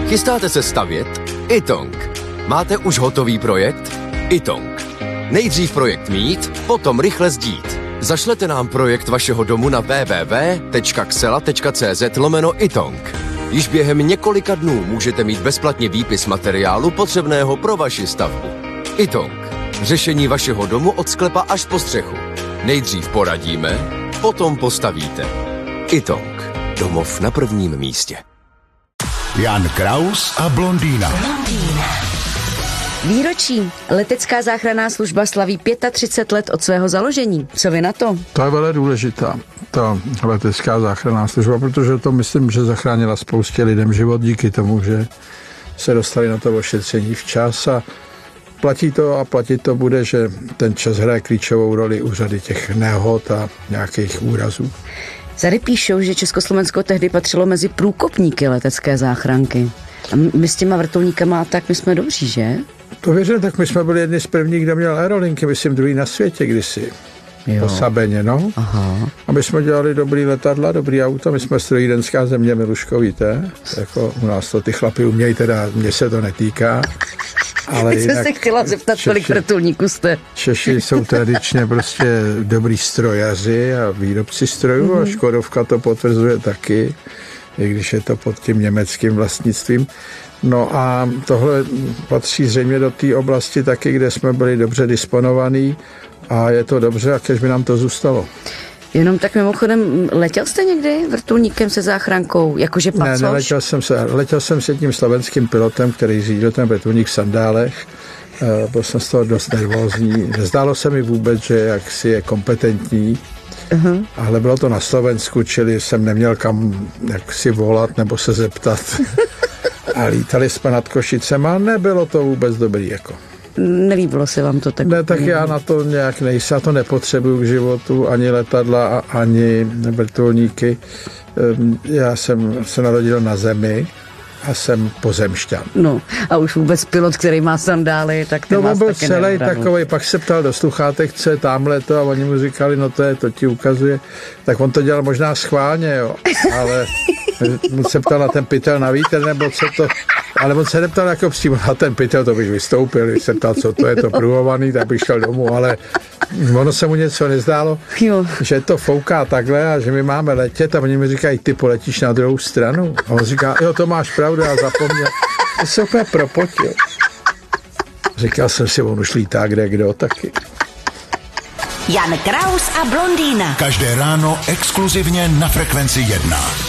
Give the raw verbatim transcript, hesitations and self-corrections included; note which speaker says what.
Speaker 1: Chystáte se stavět? Itong. Máte už hotový projekt? Itong. Nejdřív projekt mít, potom rychle sdít. Zašlete nám projekt vašeho domu na w w w tečka xela tečka c z lomeno Itong. Již během několika dnů můžete mít bezplatně výpis materiálu potřebného pro vaši stavbu. Itong. Řešení vašeho domu od sklepa až po střechu. Nejdřív poradíme, potom postavíte. Itong. Domov na prvním místě.
Speaker 2: Jan Kraus a blondýna.
Speaker 3: Blondýna. Výročí. Letecká záchranná služba slaví třicet pět let od svého založení. Co vy na to?
Speaker 4: To je velmi důležitá, ta letecká záchranná služba, protože to myslím, že zachránila spoustě lidem život díky tomu, že se dostali na to ošetření včas a platí to a platit to bude, že ten čas hraje klíčovou roli u řady těch nehod a nějakých úrazů.
Speaker 3: Zary píšou, že Československo tehdy patřilo mezi průkopníky letecké záchranky. A my s těma vrtulníkama, tak my jsme dobří, že?
Speaker 4: To věřím, tak my jsme byli jedni z prvních, kdo měl aerolinky, myslím druhý na světě kdysi. Jo. Po Sabeně, no. Aha. A my jsme dělali dobrý letadla, dobrý auto, my jsme strojírenská země, Miluško, víte? Jako u nás to ty chlapi umějí, teda mně se to netýká. Ale
Speaker 3: Teď jsem se chtěla zeptat, Češi, kolik vrtulníků jste.
Speaker 4: Češi jsou tradičně prostě dobrý strojaři a výrobci strojů mm-hmm. a Škodovka to potvrzuje taky, i když je to pod tím německým vlastnictvím. No a tohle patří zřejmě do té oblasti taky, kde jsme byli dobře disponovaní a je to dobře, a kež by nám to zůstalo.
Speaker 3: Jenom tak mimochodem, letěl jste někdy vrtulníkem se záchrankou, jakože pacoš?
Speaker 4: Ne, neletěl jsem se, letěl jsem s jedním slovenským pilotem, který řídil ten vrtulník v sandálech. Byl jsem z toho dost nervózní. Nezdálo se mi vůbec, že jaksi je kompetentní, uh-huh. ale bylo to na Slovensku, čili jsem neměl kam jak si volat nebo se zeptat. A lítali jsme nad Košicema a nebylo to vůbec dobrý, jako.
Speaker 3: Nelíbilo se vám to tak?
Speaker 4: Ne, tak já na to nějak nejsem, já to nepotřebuju k životu, ani letadla, ani vrtulníky. Já jsem se narodil na zemi a jsem pozemšťan.
Speaker 3: No a už vůbec pilot, který má sandály, tak ten
Speaker 4: no,
Speaker 3: vás
Speaker 4: byl
Speaker 3: taky
Speaker 4: celý
Speaker 3: neobranu.
Speaker 4: Takovej, pak se ptal do sluchátek, co je tamhle to, a oni mu říkali, no to je, to ti ukazuje. Tak on to dělal možná schválně, jo, ale on se ptal na ten pytel na vítr, nebo co to, ale on se neptal jako přímo na ten pytel, to bych vystoupil, když se ptal, co to je to pruhovaný, tak bych šel domů, ale ono se mu něco nezdálo, jo. že to fouká takhle a že my máme letět a oni mi říkají, ty poletíš na druhou stranu. A on říká, jo, to máš pravdu, já zapomněl. To se úplně propotil. Říkal jsem si, on už lítá kde kdo taky.
Speaker 5: Jan Kraus a blondýna.
Speaker 2: Každé ráno exkluzivně na Frekvenci jedna.